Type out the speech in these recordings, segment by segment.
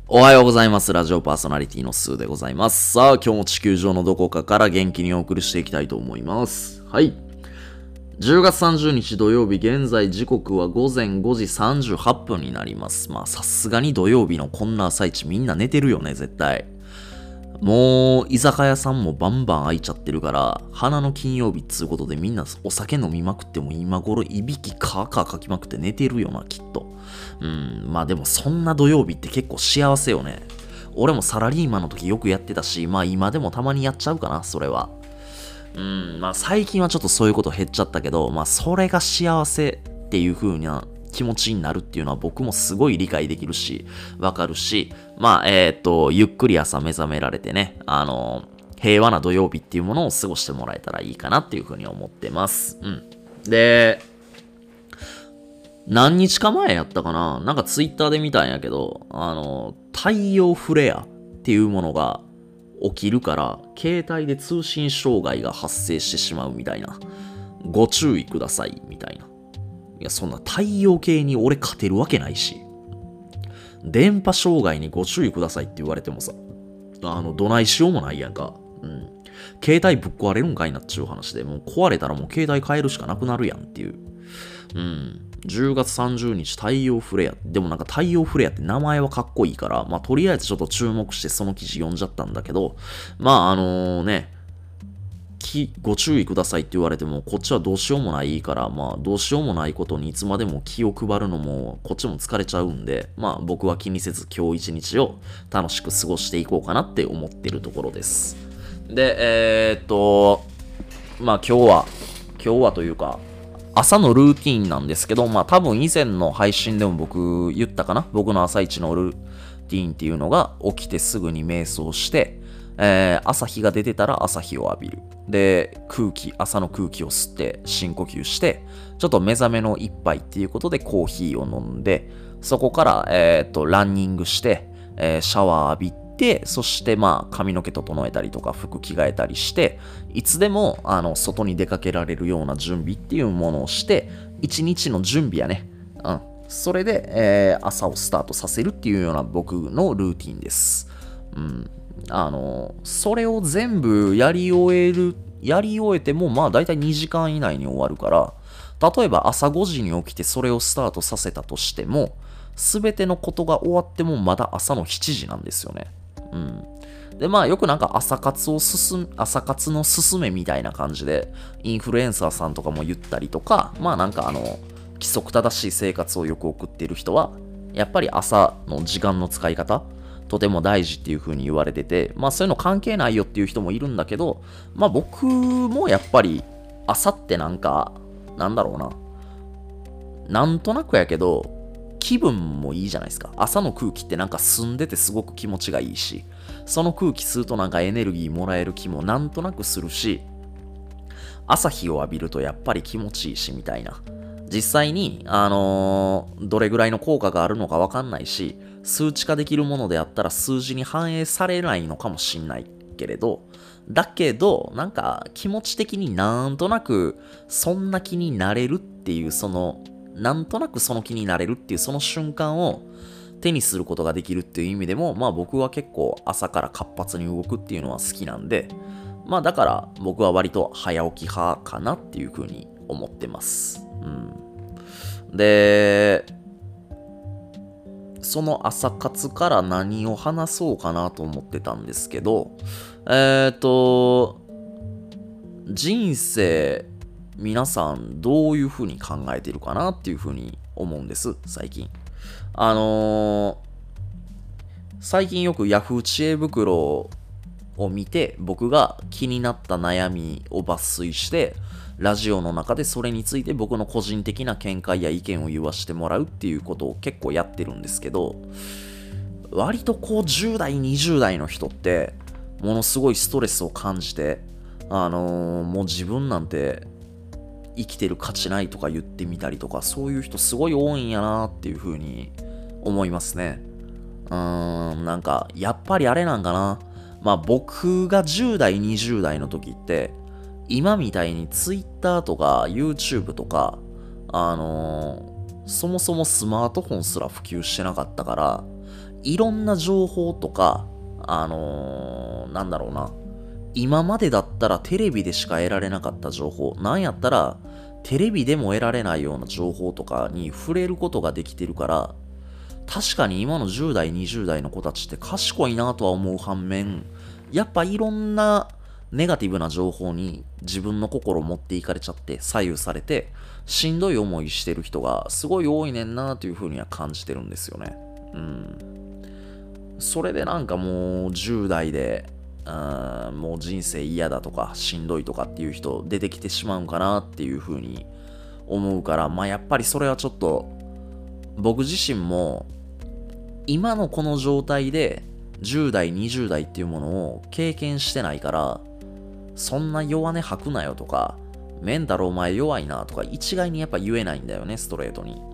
おはようございます。ラジオパーソナリティのスーでございます。さあ、今日も地球上のどこかから元気にお送りしていきたいと思います。はい。10月30日土曜日、現在時刻は午前5時38分になります。まあ、さすがに土曜日のこんな朝一みんな寝てるよね、絶対。もう、居酒屋さんもバンバン開いちゃってるから、花の金曜日っつうことでみんなお酒飲みまくっても今頃いびきカーカーかきまくって寝てるよな、きっと。まあでもそんな土曜日って結構幸せよね。俺もサラリーマンの時よくやってたし、まあ今でもたまにやっちゃうかな、それは。まあ最近はちょっとそういうこと減っちゃったけど、まあそれが幸せっていう風な気持ちになるっていうのは僕もすごい理解できるし、わかるし、まあゆっくり朝目覚められてね、平和な土曜日っていうものを過ごしてもらえたらいいかなっていう風に思ってます。で、何日か前やったかな、なんかツイッターで見たんやけど、太陽フレアっていうものが起きるから、携帯で通信障害が発生してしまうみたいな。ご注意ください、みたいな。いや、そんな太陽系に俺勝てるわけないし。電波障害にご注意くださいって言われてもさ、どないしようもないやんか。携帯ぶっ壊れるんかいなっちゅう話で、もう壊れたらもう携帯変えるしかなくなるやんっていう。10月30日太陽フレア。でもなんか太陽フレアって名前はかっこいいから、まあとりあえずちょっと注目してその記事読んじゃったんだけど、まあご注意くださいって言われても、こっちはどうしようもないから、まあどうしようもないことにいつまでも気を配るのも、こっちも疲れちゃうんで、まあ僕は気にせず今日一日を楽しく過ごしていこうかなって思ってるところです。で、まあ今日はというか、朝のルーティンなんですけど、まあ多分以前の配信でも僕言ったかな、僕の朝一のルーティンっていうのが、起きてすぐに瞑想して、朝日が出てたら朝日を浴びる。で、朝の空気を吸って深呼吸して、ちょっと目覚めの一杯っていうことでコーヒーを飲んで、そこから、ランニングして、シャワー浴びて、そしてまあ髪の毛整えたりとか服着替えたりして、いつでも外に出かけられるような準備っていうものをして、一日の準備やね。それで、朝をスタートさせるっていうような僕のルーティンです。それを全部やり終えても、まあ大体2時間以内に終わるから、例えば朝5時に起きてそれをスタートさせたとしても、すべてのことが終わってもまだ朝の7時なんですよね。で、まあよくなんか朝活の勧めみたいな感じで、インフルエンサーさんとかも言ったりとか、まあなんか規則正しい生活をよく送っている人は、やっぱり朝の時間の使い方、とても大事っていう風に言われてて、まあそういうの関係ないよっていう人もいるんだけど、まあ僕もやっぱり朝ってなんか、なんだろうな。なんとなくやけど、気分もいいじゃないですか。朝の空気ってなんか澄んでてすごく気持ちがいいし、その空気吸うとなんかエネルギーもらえる気もなんとなくするし、朝日を浴びるとやっぱり気持ちいいしみたいな。実際に、どれぐらいの効果があるのかわかんないし、数値化できるものであったら数字に反映されないのかもしんないけれど、だけど、なんか気持ち的になんとなくそんな気になれるっていう、なんとなくその気になれるっていうその瞬間を手にすることができるっていう意味でも、まあ僕は結構朝から活発に動くっていうのは好きなんで、まあだから僕は割と早起き派かなっていう風に思ってます。で、その朝活から何を話そうかなと思ってたんですけど、人生、皆さんどういう風に考えてるかなっていう風に思うんです、最近。最近よく Yahoo 知恵袋を見て、僕が気になった悩みを抜粋して、ラジオの中でそれについて僕の個人的な見解や意見を言わせてもらうっていうことを結構やってるんですけど、割とこう10代、20代の人って、ものすごいストレスを感じて、もう自分なんて生きてる価値ないとか言ってみたりとか、そういう人すごい多いんやなっていう風に思いますね。なんか、やっぱりあれなんかな。まあ僕が10代、20代の時って、今みたいに Twitter とか YouTube とか、そもそもスマートフォンすら普及してなかったから、 いろんな情報とか、なんだろうな。今までだったらテレビでしか得られなかった情報、なんやったらテレビでも得られないような情報とかに触れることができてるから、確かに今の10代、20代の子たちって賢いなとは思う反面、やっぱいろんなネガティブな情報に自分の心を持っていかれちゃって左右されてしんどい思いしてる人がすごい多いねんなというふうには感じてるんですよね。それでなんかもう10代でもう人生嫌だとかしんどいとかっていう人出てきてしまうんかなっていうふうに思うから、まあやっぱりそれはちょっと僕自身も今のこの状態で10代、20代っていうものを経験してないから、そんな弱音吐くなよとか、メンタルお前弱いなとか一概にやっぱ言えないんだよね、ストレートに。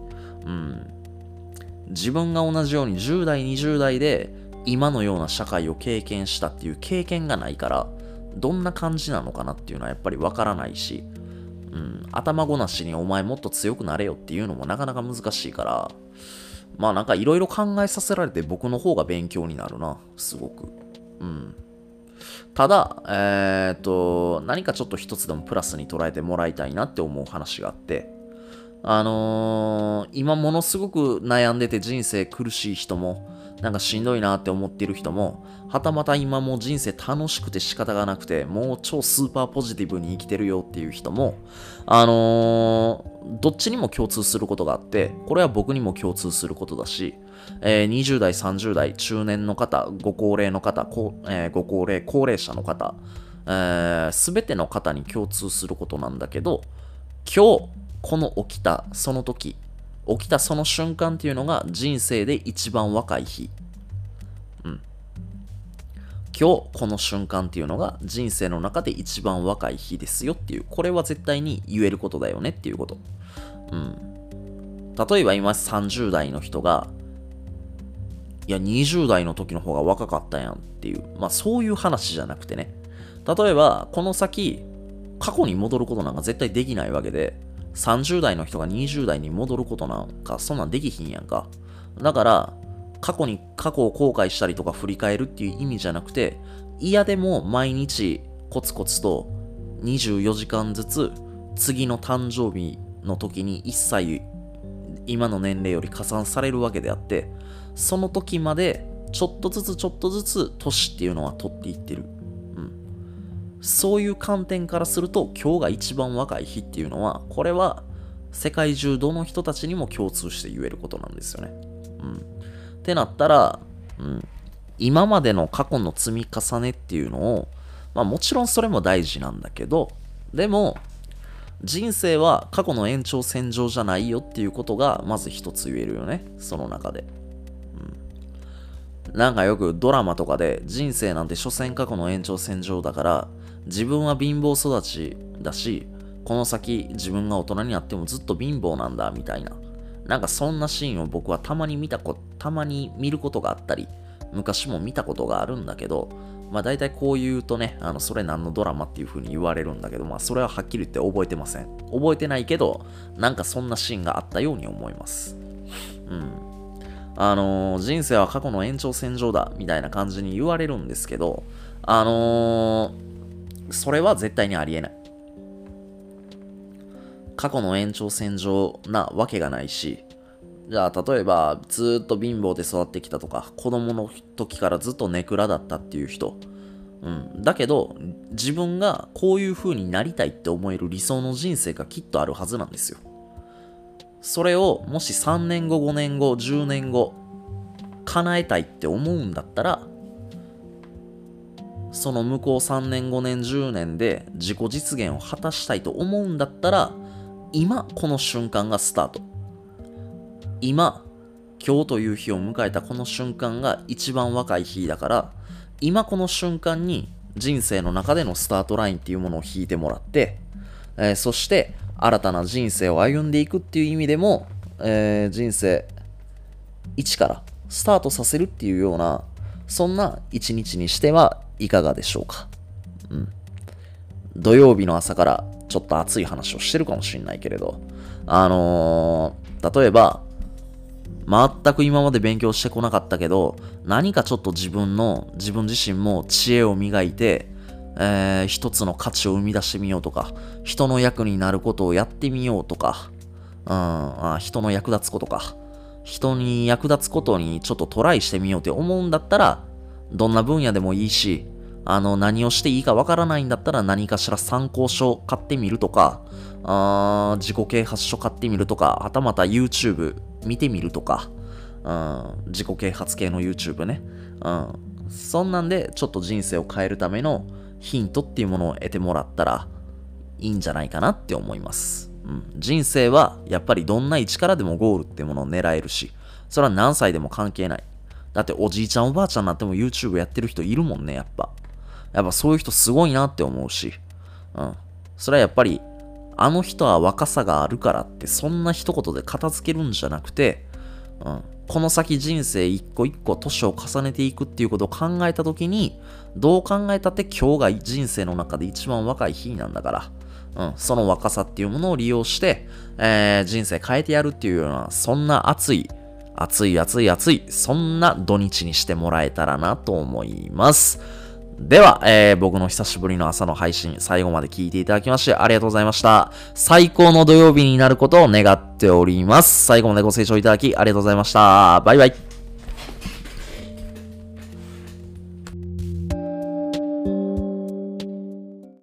自分が同じように10代、20代で今のような社会を経験したっていう経験がないから、どんな感じなのかなっていうのはやっぱりわからないし、頭ごなしにお前もっと強くなれよっていうのもなかなか難しいから、まあなんかいろいろ考えさせられて僕の方が勉強になるな、すごく。ただ、何かちょっと一つでもプラスに捉えてもらいたいなって思う話があって、今ものすごく悩んでて人生苦しい人も、なんかしんどいなって思ってる人も、はたまた今もう人生楽しくて仕方がなくて、もう超スーパーポジティブに生きてるよっていう人も、どっちにも共通することがあって、これは僕にも共通することだし、20代、30代、中年の方、ご高齢の方、高齢者の方、すべての方に共通することなんだけど、今日、この起きたその時、起きたその瞬間っていうのが人生で一番若い日。今日この瞬間っていうのが人生の中で一番若い日ですよっていう、これは絶対に言えることだよねっていうこと。例えば今30代の人が、いや20代の時の方が若かったやんっていう、まあそういう話じゃなくてね。例えばこの先、過去に戻ることなんか絶対できないわけで、30代の人が20代に戻ることなんかそんなんできひんやんか。だから過去を後悔したりとか振り返るっていう意味じゃなくて、嫌でも毎日コツコツと24時間ずつ次の誕生日の時に一切今の年齢より加算されるわけであって、その時までちょっとずつ年っていうのは取っていってる。そういう観点からすると今日が一番若い日っていうのは、これは世界中どの人たちにも共通して言えることなんですよね。ってなったら、今までの過去の積み重ねっていうのを、まあもちろんそれも大事なんだけど、でも人生は過去の延長線上じゃないよっていうことがまず一つ言えるよね、その中で。なんかよくドラマとかで人生なんて所詮過去の延長線上だから自分は貧乏育ちだし、この先自分が大人になってもずっと貧乏なんだみたいな、なんかそんなシーンを僕はたまに見ることがあったり、昔も見たことがあるんだけど、まあ大体こう言うとね、それ何のドラマっていう風に言われるんだけど、まあそれははっきり言って覚えてません。覚えてないけど、なんかそんなシーンがあったように思います。人生は過去の延長線上だみたいな感じに言われるんですけど、それは絶対にありえない。過去の延長線上なわけがないし、じゃあ例えばずっと貧乏で育ってきたとか、子供の時からずっとネクラだったっていう人、だけど自分がこういう風になりたいって思える理想の人生がきっとあるはずなんですよ。それをもし3年後、5年後、10年後叶えたいって思うんだったら、その向こう3年、5年、10年で自己実現を果たしたいと思うんだったら、今この瞬間がスタート。今日という日を迎えたこの瞬間が一番若い日だから、今この瞬間に人生の中でのスタートラインっていうものを引いてもらって、そして新たな人生を歩んでいくっていう意味でも、人生一からスタートさせるっていうような、そんな一日にしてはいかがでしょうか。土曜日の朝からちょっと熱い話をしてるかもしれないけれど、例えば全く今まで勉強してこなかったけど、何かちょっと自分自身も知恵を磨いて、一つの価値を生み出してみようとか、人の役になることをやってみようとか、人の役立つことか。人に役立つことにちょっとトライしてみようって思うんだったら、どんな分野でもいいし、何をしていいかわからないんだったら何かしら参考書買ってみるとか、自己啓発書買ってみるとか、はたまた YouTube 見てみるとか、自己啓発系の YouTube ね。そんなんでちょっと人生を変えるためのヒントっていうものを得てもらったらいいんじゃないかなって思います。人生はやっぱりどんな位置からでもゴールっていうものを狙えるし、それは何歳でも関係ない。だっておじいちゃんおばあちゃんになっても YouTube やってる人いるもんね、やっぱそういう人すごいなって思うし、それはやっぱりあの人は若さがあるからってそんな一言で片付けるんじゃなくて、この先人生一個一個年を重ねていくっていうことを考えたときに、どう考えたって今日が人生の中で一番若い日なんだから、その若さっていうものを利用して、人生変えてやるっていうような、そんな熱い、そんな土日にしてもらえたらなと思います。では、僕の久しぶりの朝の配信、最後まで聞いていただきましてありがとうございました。最高の土曜日になることを願っております。最後までご清聴いただきありがとうございました。バイバイ。